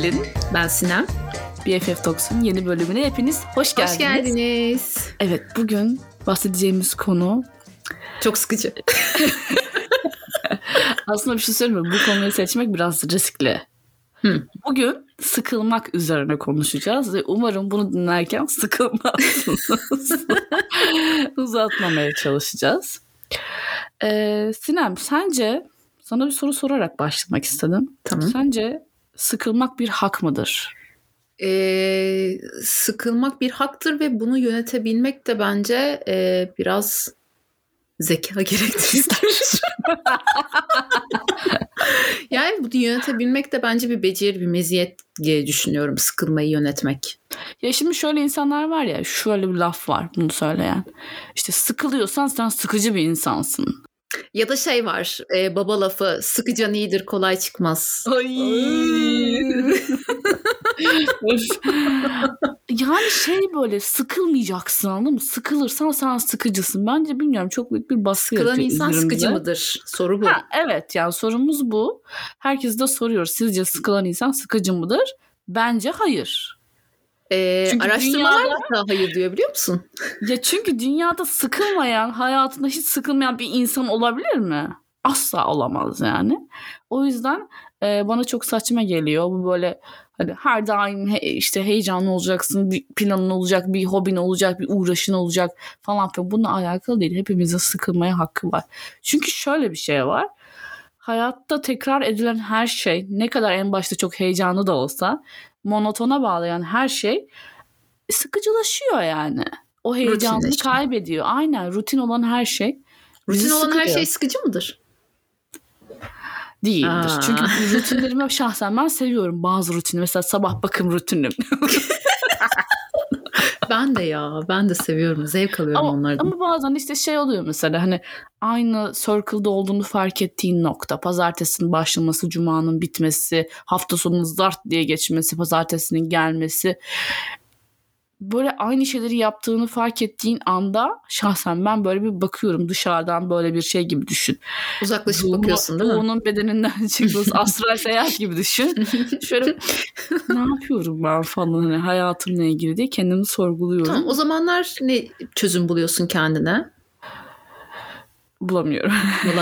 Selin. Ben Sinem. BFF Talks'un yeni bölümüne hepiniz hoş geldiniz. Hoş geldiniz. Evet, bugün bahsedeceğimiz konu... Çok sıkıcı. Aslında bir şey söyleyeyim mi? Bu konuyu seçmek biraz riskli. Bugün sıkılmak üzerine konuşacağız ve umarım bunu dinlerken sıkılmazsınız. Uzatmamaya çalışacağız. Sinem, sence... Sana bir soru sorarak başlamak istedim. Tamam. Sence sıkılmak bir hak mıdır? Sıkılmak bir haktır ve bunu yönetebilmek de bence biraz zeka gerektirir. Yani bunu yönetebilmek de bence bir beceri, bir meziyet diye düşünüyorum, sıkılmayı yönetmek. Ya şimdi şöyle insanlar var ya, şöyle bir laf var bunu söyleyen. İşte sıkılıyorsan sen sıkıcı bir insansın. Ya da şey var, baba lafı, sıkıcan iyidir kolay çıkmaz. Yani şey böyle sıkılmayacaksın, anladın mı? Sıkılırsan sen sıkıcısın. Bence bilmiyorum, çok büyük bir baskı Sıkılan yaratıyor insan üzerimde. sıkıcı mıdır? Soru bu. Evet, yani sorumuz bu. Herkes de soruyor. Sizce sıkılan insan sıkıcı mıdır? Bence hayır. Araştırmalar da hayır diyor, biliyor musun? Ya çünkü dünyada sıkılmayan, hayatında hiç sıkılmayan bir insan olabilir mi? Asla olamaz yani. O yüzden bana çok saçma geliyor. Bu böyle hani her daim işte heyecanlı olacaksın, bir planın olacak, bir hobin olacak, bir uğraşın olacak falan filan. Bununla alakalı değil. Hepimizin sıkılmaya hakkı var. Çünkü şöyle bir şey var. Hayatta tekrar edilen her şey, ne kadar en başta çok heyecanlı da olsa, monotona bağlayan her şey sıkıcılaşıyor yani. O heyecanını kaybediyor. Aynen, rutin olan her şey. Rutin olan her şey sıkıcı mıdır? Değildir. Çünkü rutinlerimi şahsen ben seviyorum bazı rutini. Mesela sabah bakım rutinim. Ben de seviyorum. Zevk alıyorum onlardan. Ama bazen işte şey oluyor mesela, hani aynı circle'da olduğunu fark ettiğin nokta. Pazartesinin başlaması, cumanın bitmesi, hafta sonunun zart diye geçmesi, pazartesinin gelmesi. Böyle aynı şeyleri yaptığını fark ettiğin anda şahsen ben böyle bir bakıyorum, dışarıdan böyle bir şey gibi düşün. Uzaklaşıp bakıyorsun değil mi? Doğunun bedeninden çıkması, astral seyahat gibi düşün. Şöyle ne yapıyorum ben falan, hani hayatımla ilgili diye kendimi sorguluyorum. Tamam, o zamanlar ne çözüm buluyorsun kendine? Bulamıyorum.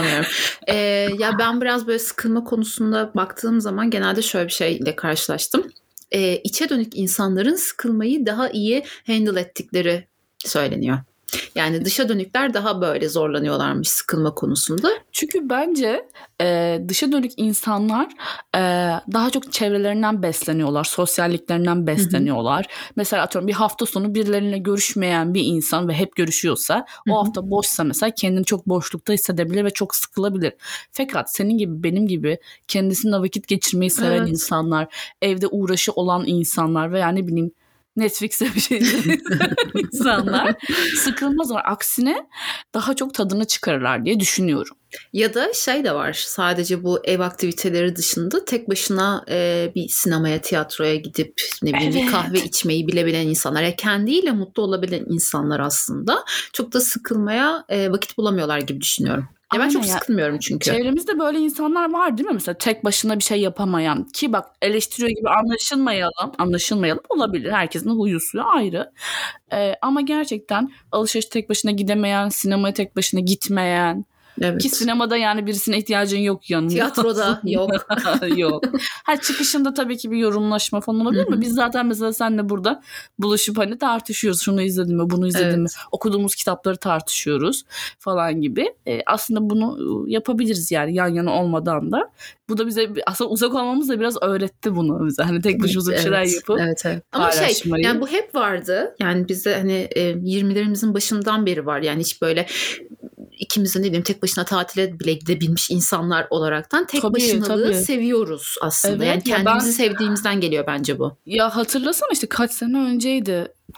Ya ben biraz böyle sıkılma konusunda baktığım zaman genelde şöyle bir şeyle karşılaştım. İçe dönük insanların sıkılmayı daha iyi handle ettikleri söyleniyor. Yani dışa dönükler daha böyle zorlanıyorlarmış sıkılma konusunda. Çünkü bence dışa dönük insanlar daha çok çevrelerinden besleniyorlar, sosyalliklerinden besleniyorlar. Mesela atıyorum bir hafta sonu birileriyle görüşmeyen bir insan ve hep görüşüyorsa, o hafta boşsa mesela kendini çok boşlukta hissedebilir ve çok sıkılabilir. Fakat senin gibi, benim gibi kendisine vakit geçirmeyi seven insanlar, evde uğraşı olan insanlar veya ne bileyim Netflix'e bir şey insanlar sıkılmazlar. Aksine daha çok tadını çıkarırlar diye düşünüyorum. Ya da şey de var, sadece bu ev aktiviteleri dışında tek başına bir sinemaya, tiyatroya gidip ne bileyim bir kahve içmeyi bilebilen insanlar. Yani kendiyle mutlu olabilen insanlar aslında çok da sıkılmaya vakit bulamıyorlar gibi düşünüyorum. Ya ben çok sıkılmıyorum çünkü. Çevremizde böyle insanlar var değil mi? Mesela tek başına bir şey yapamayan, ki bak eleştiriyor gibi anlaşılmayalım olabilir. Herkesin huyu suyu ayrı. Ama gerçekten alışveriş tek başına gidemeyen, sinemaya tek başına gitmeyen. Evet. Ki sinemada yani birisine ihtiyacın yok yanında. Tiyatroda yok. Yok. Çıkışında tabii ki bir yorumlaşma falan olabilir mi? Biz zaten mesela seninle burada buluşup hani tartışıyoruz. Şunu izledim mi, bunu izledim mi? Okuduğumuz kitapları tartışıyoruz falan gibi. Aslında bunu yapabiliriz yani yan yana olmadan da. Bu da bize aslında uzak olmamız da biraz öğretti bunu bize. Hani tek başımıza bir şeyler yapıp Ama yani bu hep vardı. Yani bizde hani 20'lerimizin başından beri var. Yani hiç böyle ikimizin ne bileyim tek başına tatile bile gidebilmiş insanlar olaraktan tek başınalığı seviyoruz aslında. Evet, yani kendimizi sevdiğimizden geliyor bence bu. Ya hatırlasana işte kaç sene önceydi.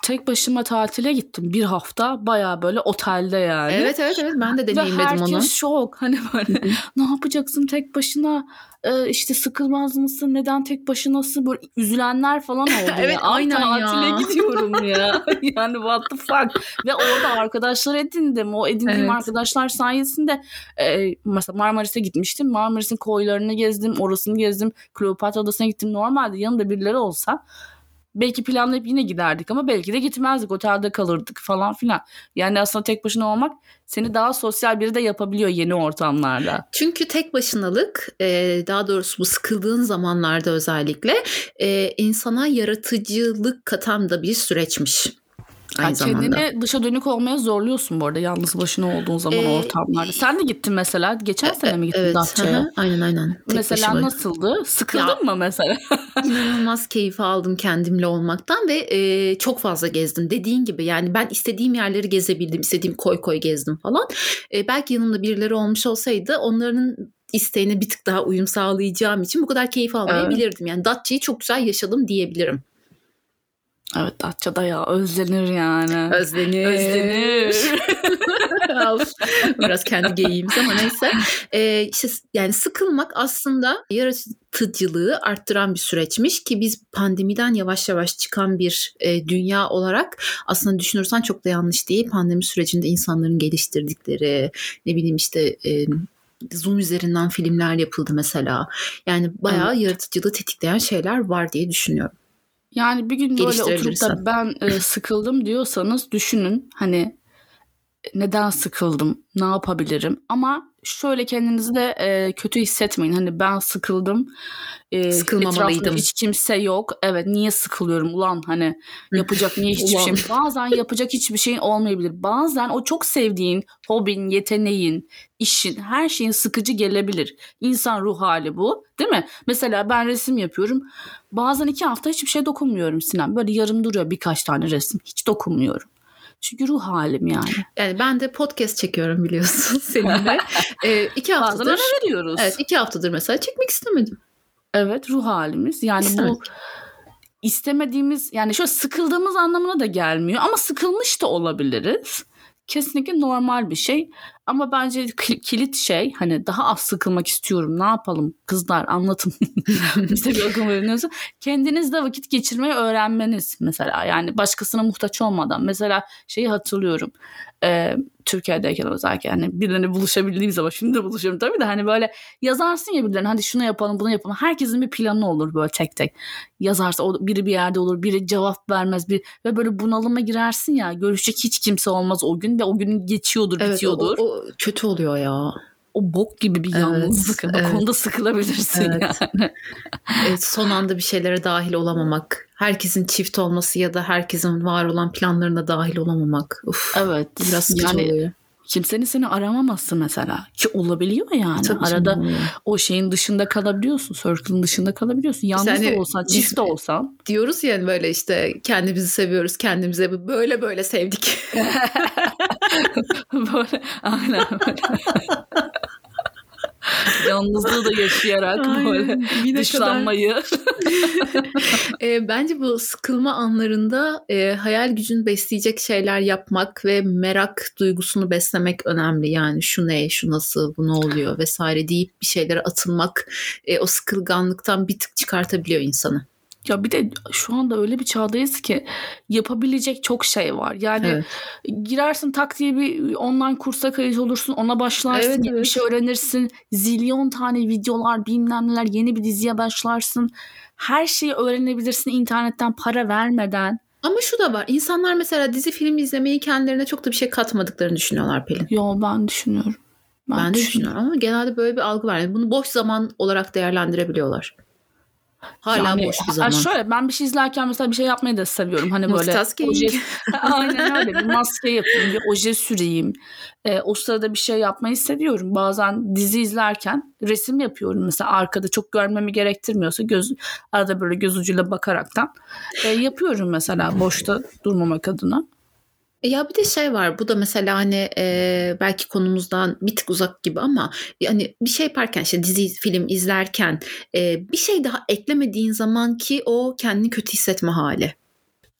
tek başıma tatile gittim bir hafta. Bayağı böyle otelde yani. Evet ben de deneyimledim ve herkes onu. şok. Hani böyle ne yapacaksın tek başına? İşte sıkılmaz mısın? Neden tek başınasın? Böyle üzülenler falan oldu. Evet, ya. aynen tatile ya. gidiyorum ya. Yani what the fuck. Ve orada arkadaşlar edindim. O edindiğim Evet. arkadaşlar sayesinde mesela Marmaris'e gitmiştim. Marmaris'in koylarını gezdim. Orasını gezdim. Kleopatra Adası'na gittim. Normalde yanında birileri olsa belki planlayıp yine giderdik ama belki de gitmezdik. Otelde kalırdık falan filan. Yani aslında tek başına olmak seni daha sosyal biri de yapabiliyor yeni ortamlarda. Çünkü tek başınalık, daha doğrusu bu sıkıldığın zamanlarda özellikle insana yaratıcılık katan da bir süreçmiş. Aynı zamanda. Kendini dışa dönük olmaya zorluyorsun bu arada yalnız başına olduğun zaman ortamlarda. Sen de gittin mesela. Geçen sene mi gittin Datça'ya? Aynen. Tek mesela başıma. Nasıldı? Sıkıldın mı mesela? İnanılmaz keyif aldım kendimle olmaktan ve çok fazla gezdim. Dediğin gibi yani ben istediğim yerleri gezebildim. İstediğim koy gezdim falan. Belki yanımda birileri olmuş olsaydı onların isteğine bir tık daha uyum sağlayacağım için bu kadar keyif almayabilirdim. Yani Datça'yı çok güzel yaşadım diyebilirim. Evet, Datça'da ya özlenir yani. Özlenir. Biraz kendi geyiğimiz ama neyse. İşte yani sıkılmak aslında yaratıcılığı arttıran bir süreçmiş ki biz pandemiden yavaş yavaş çıkan bir dünya olarak aslında düşünürsen çok da yanlış değil. Pandemi sürecinde insanların geliştirdikleri ne bileyim işte Zoom üzerinden filmler yapıldı mesela. Yani bayağı yaratıcılığı tetikleyen şeyler var diye düşünüyorum. Yani bir gün böyle oturup da ben sıkıldım diyorsanız düşünün hani neden sıkıldım, ne yapabilirim? Ama şöyle kendinizi de kötü hissetmeyin. Hani ben sıkıldım, etrafımda hiç kimse yok. Evet, niye sıkılıyorum ulan hani yapacak niye hiçbir şeyim. Bazen yapacak hiçbir şeyin olmayabilir. Bazen o çok sevdiğin hobin, yeteneğin, işin, her şeyin sıkıcı gelebilir. İnsan ruh hali bu, değil mi? Mesela ben resim yapıyorum. Bazen 2 hafta hiçbir şey dokunmuyorum Sinan. Böyle yarım duruyor birkaç tane resim. Hiç dokunmuyorum. Çünkü ruh halim yani. Yani ben de podcast çekiyorum biliyorsun seninle. 2 haftadır. Bazen ara veriyoruz. Evet 2 haftadır mesela çekmek istemedim. Evet ruh halimiz. Yani bu istemediğimiz yani şöyle sıkıldığımız anlamına da gelmiyor. Ama sıkılmış da olabiliriz. Kesinlikle normal bir şey. Ama bence kilit şey hani daha az sıkılmak istiyorum. Ne yapalım kızlar anlatın. Bize bir akım veriniyorsa. Kendinizle vakit geçirmeyi öğrenmeniz mesela. Yani başkasına muhtaç olmadan. Mesela şeyi hatırlıyorum. Türkiye'deyken özellikle yani birilerine buluşabildiğim zaman şimdi de buluşuyorum tabii de hani böyle yazarsın ya birilerine hadi şunu yapalım bunu yapalım. Herkesin bir planı olur böyle tek. Yazarsa biri bir yerde olur biri cevap vermez ve böyle bunalıma girersin ya görüşecek hiç kimse olmaz o gün ve o gün geçiyordur bitiyordur. O kötü oluyor ya. O bok gibi bir yalnızlık. Bak onda sıkılabilirsin yani. Son anda bir şeylere dahil olamamak. Herkesin çift olması ya da herkesin var olan planlarına dahil olamamak. Evet. Biraz sıkıcı oluyor. Kimsenin seni aramaması mesela. Ki olabiliyor yani. Tabii arada o şeyin dışında kalabiliyorsun. Circle'ın dışında kalabiliyorsun. Yalnız da olsan, çift de olsan. Diyoruz ya böyle işte kendimizi seviyoruz. Kendimize böyle sevdik. Böyle aynen böyle. Yalnızlığı da yaşayarak böyle dışlanmayı. Bence bu sıkılma anlarında hayal gücünü besleyecek şeyler yapmak ve merak duygusunu beslemek önemli. Yani şu ne, şu nasıl, bu ne oluyor vesaire deyip bir şeylere atılmak o sıkılganlıktan bir tık çıkartabiliyor insanı. Ya bir de şu anda öyle bir çağdayız ki yapabilecek çok şey var. Yani girersin tak diye bir online kursa kayıt olursun. Ona başlarsın. Bir şey öğrenirsin. Zilyon tane videolar bilmem neler. Yeni bir diziye başlarsın. Her şeyi öğrenebilirsin internetten para vermeden. Ama şu da var. İnsanlar mesela dizi film izlemeyi kendilerine çok da bir şey katmadıklarını düşünüyorlar Pelin. Yo ben düşünüyorum. Ben de düşünüyorum ama genelde böyle bir algı var. Yani bunu boş zaman olarak değerlendirebiliyorlar. Hala yani, boş bir zaman. Şöyle ben bir şey izlerken mesela bir şey yapmayı da seviyorum. Hani böyle oje, aynen öyle bir maske yapayım, bir oje süreyim. O sırada bir şey yapmayı seviyorum. Bazen dizi izlerken resim yapıyorum. Mesela arkada çok görmemi gerektirmiyorsa arada böyle göz ucuyla bakaraktan yapıyorum mesela boşta durmamak adına. Ya bir de şey var bu da mesela hani belki konumuzdan bir tık uzak gibi ama yani bir şey yaparken işte dizi film izlerken bir şey daha eklemediğin zaman ki o kendini kötü hissetme hali.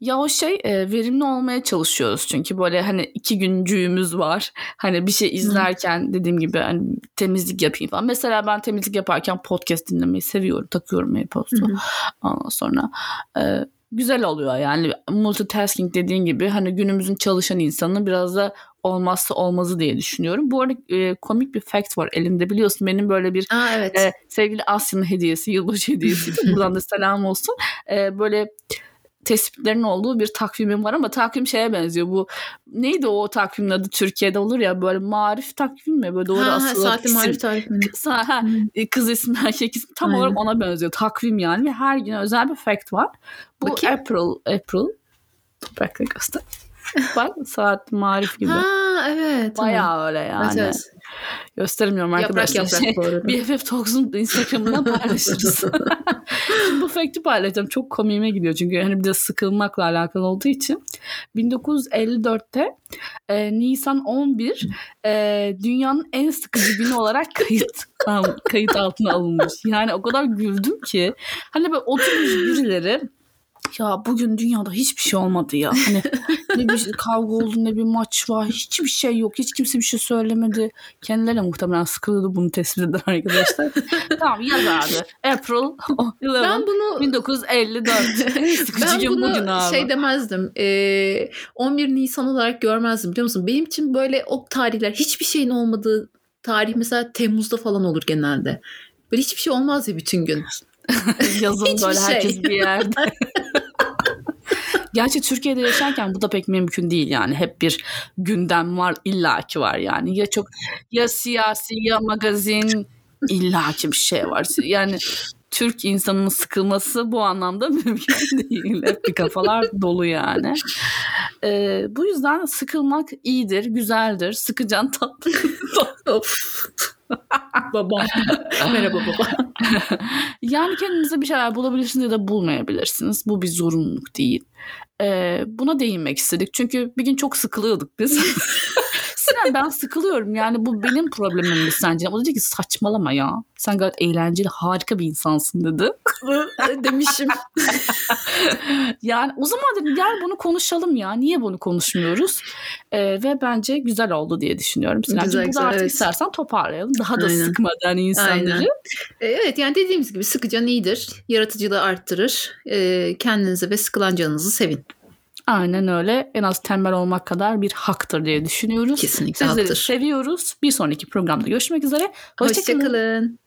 Ya o verimli olmaya çalışıyoruz çünkü böyle hani 2 güncüğümüz var. Hani bir şey izlerken dediğim gibi hani temizlik yapayım falan. Mesela ben temizlik yaparken podcast dinlemeyi seviyorum. Takıyorum AirPods'u. Ondan sonra güzel oluyor yani multitasking dediğin gibi hani günümüzün çalışan insanı biraz da olmazsa olmazı diye düşünüyorum. Bu arada komik bir fact var elimde biliyorsun benim böyle bir evet. Sevgili Asya'nın hediyesi, yılbaşı hediyesi. Buradan da selam olsun. Böyle tespitlerin olduğu bir takvimim var ama takvim şeye benziyor. Bu neydi o takvimin adı Türkiye'de olur ya böyle marif takvim mi? Böyle doğru asılı saatli marif takvimi. Kız ismi erkek ismi tam olarak ona benziyor. Takvim yani ve her gün özel bir fact var. Bu bakayım. April. Bekle göster. Bak saat marif gibi. Evet. Bayağı tamam. öyle yani. Evet. Göstermiyorum arkadaşlar. Yaprak bu arada. BFF Talks'un Instagram'ından paylaşırız. Şimdi bu fact'i paylaşacağım. Çok komiğime gidiyor çünkü hani bir de sıkılmakla alakalı olduğu için. 1954'te Nisan 11 dünyanın en sıkıcı günü olarak kayıt altına alınmış. Yani o kadar güldüm ki. Hani böyle oturmuş birileri ya bugün dünyada hiçbir şey olmadı ya. Hani ne bir kavga oldu ne bir maç var. Hiçbir şey yok. Hiç kimse bir şey söylemedi. Kendileri muhtemelen sıkıldı bunu tespit eden arkadaşlar. Tamam yaz abi. April 11 1954. Ben bunu bugün abi. demezdim. 11 Nisan olarak görmezdim biliyor musun? Benim için böyle o tarihler hiçbir şeyin olmadığı tarih mesela Temmuz'da falan olur genelde. Böyle hiçbir şey olmaz ya bütün gün. Yazın böyle herkes bir yerde. Gerçi Türkiye'de yaşarken bu da pek mümkün değil yani. Hep bir gündem var, illaki var yani. Ya siyasi ya magazin illaki bir şey var. Yani Türk insanının sıkılması bu anlamda mümkün değil. Hep bir kafalar dolu yani. Bu yüzden sıkılmak iyidir, güzeldir. Sıkıcan tatlı. Babam. Merhaba baba. Yani kendinize bir şeyler bulabilirsiniz ya da bulmayabilirsiniz. Bu bir zorunluluk değil. Buna değinmek istedik. Çünkü bir gün çok sıkılıyorduk biz. Sinem ben sıkılıyorum. Yani bu benim problemim mi sence? O dedi ki saçmalama ya. Sen gayet eğlenceli, harika bir insansın dedi. Demişim. Yani o zaman dedim gel bunu konuşalım ya. Niye bunu konuşmuyoruz? Ve bence güzel oldu diye düşünüyorum. Sinemciğim burada artık istersen toparlayalım. Daha da sıkmadan insanları. Aynen. Evet yani dediğimiz gibi sıkıcan iyidir. Yaratıcılığı arttırır. Kendinizi ve sıkılan canınızı sevin. Aynen öyle. En az tembel olmak kadar bir haktır diye düşünüyoruz. Kesinlikle Sizleri haktır. seviyoruz. Bir sonraki programda görüşmek üzere. Hoşçakalın.